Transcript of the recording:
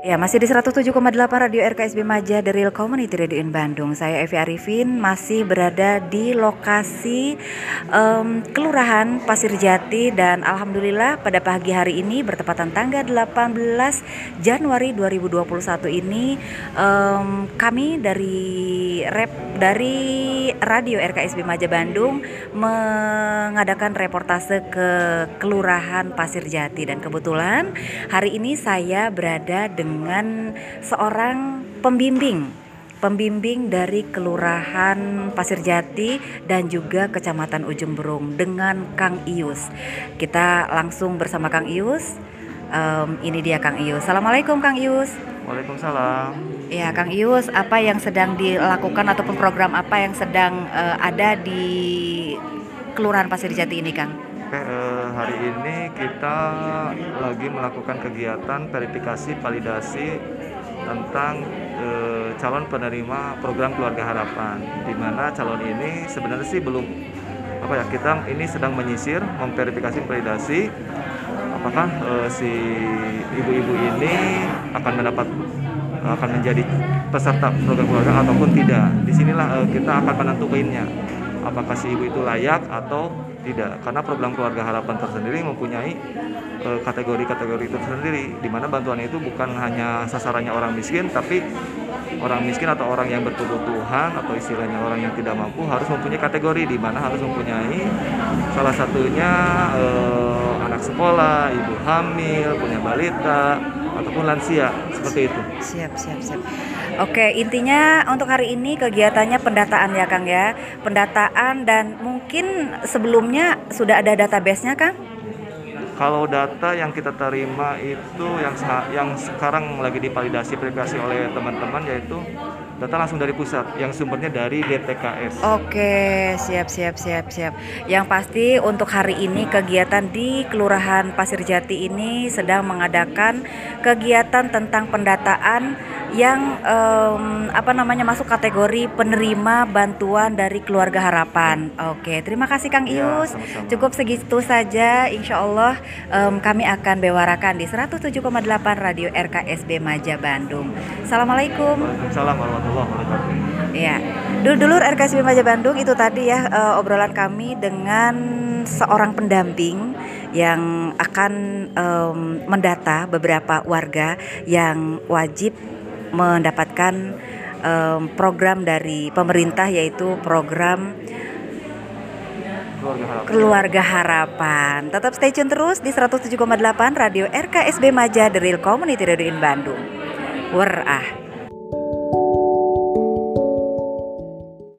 Ya, masih di 107,8 Radio RKSB Maja, The Real Community Radio in Bandung. Saya Evi Arifin, masih berada di lokasi Kelurahan Pasir Jati. Dan Alhamdulillah pada pagi hari ini bertepatan tanggal 18 Januari 2021 ini, kami dari Radio RKSB Maja Bandung mengadakan reportase ke Kelurahan Pasir Jati. Dan kebetulan hari ini saya berada dengan seorang pembimbing dari Kelurahan Pasir Jati dan juga Kecamatan Ujung Berung dengan Kang Ius. Kita langsung bersama Kang Ius. Ini dia Kang Ius. Assalamualaikum Kang Ius. Waalaikumsalam. Ya Kang Ius, apa yang sedang dilakukan ataupun program apa yang sedang ada di Kelurahan Pasir Jati ini Kang? Oke, hari ini kita lagi melakukan kegiatan verifikasi validasi tentang calon penerima program Keluarga Harapan, di mana calon ini sebenarnya sih belum kita ini sedang menyisir, memverifikasi validasi apakah si ibu-ibu ini akan menjadi peserta program keluarga ataupun tidak. Disinilah kita akan menentukannya apakah si ibu itu layak atau tidak, karena program Keluarga Harapan tersendiri mempunyai kategori-kategori tersendiri, di mana bantuan itu bukan hanya sasarannya orang miskin, tapi orang miskin atau orang yang berkebutuhan atau istilahnya orang yang tidak mampu harus mempunyai kategori, di mana harus mempunyai salah satunya anak sekolah, ibu hamil, punya balita ataupun lansia, seperti itu. Siap. Oke, intinya untuk hari ini kegiatannya pendataan ya Kang ya. Pendataan, dan mungkin sebelumnya sudah ada database-nya Kang? Kalau data yang kita terima itu yang sekarang lagi divalidasi verifikasi oleh teman-teman, yaitu data langsung dari pusat yang sumbernya dari DTKS. Oke, siap. Yang pasti untuk hari ini kegiatan di Kelurahan Pasir Jati ini sedang mengadakan kegiatan tentang pendataan yang masuk kategori penerima bantuan dari Keluarga Harapan. Oke, terima kasih Kang Ius. Sama-sama. Cukup segitu saja. Insya Allah kami akan bewarakan di 107,8 Radio RKSB Maja Bandung. Assalamualaikum. Waalaikumsalam warahmatullahi wabarakatuh. Ya, dulur RKSB Maja Bandung, itu tadi ya obrolan kami dengan seorang pendamping yang akan mendata beberapa warga yang wajib mendapatkan program dari pemerintah, yaitu program Keluarga Harapan. Tetap stay tune terus di 107,8 Radio RKSB Maja, The Real Community Radio in Bandung. Werah.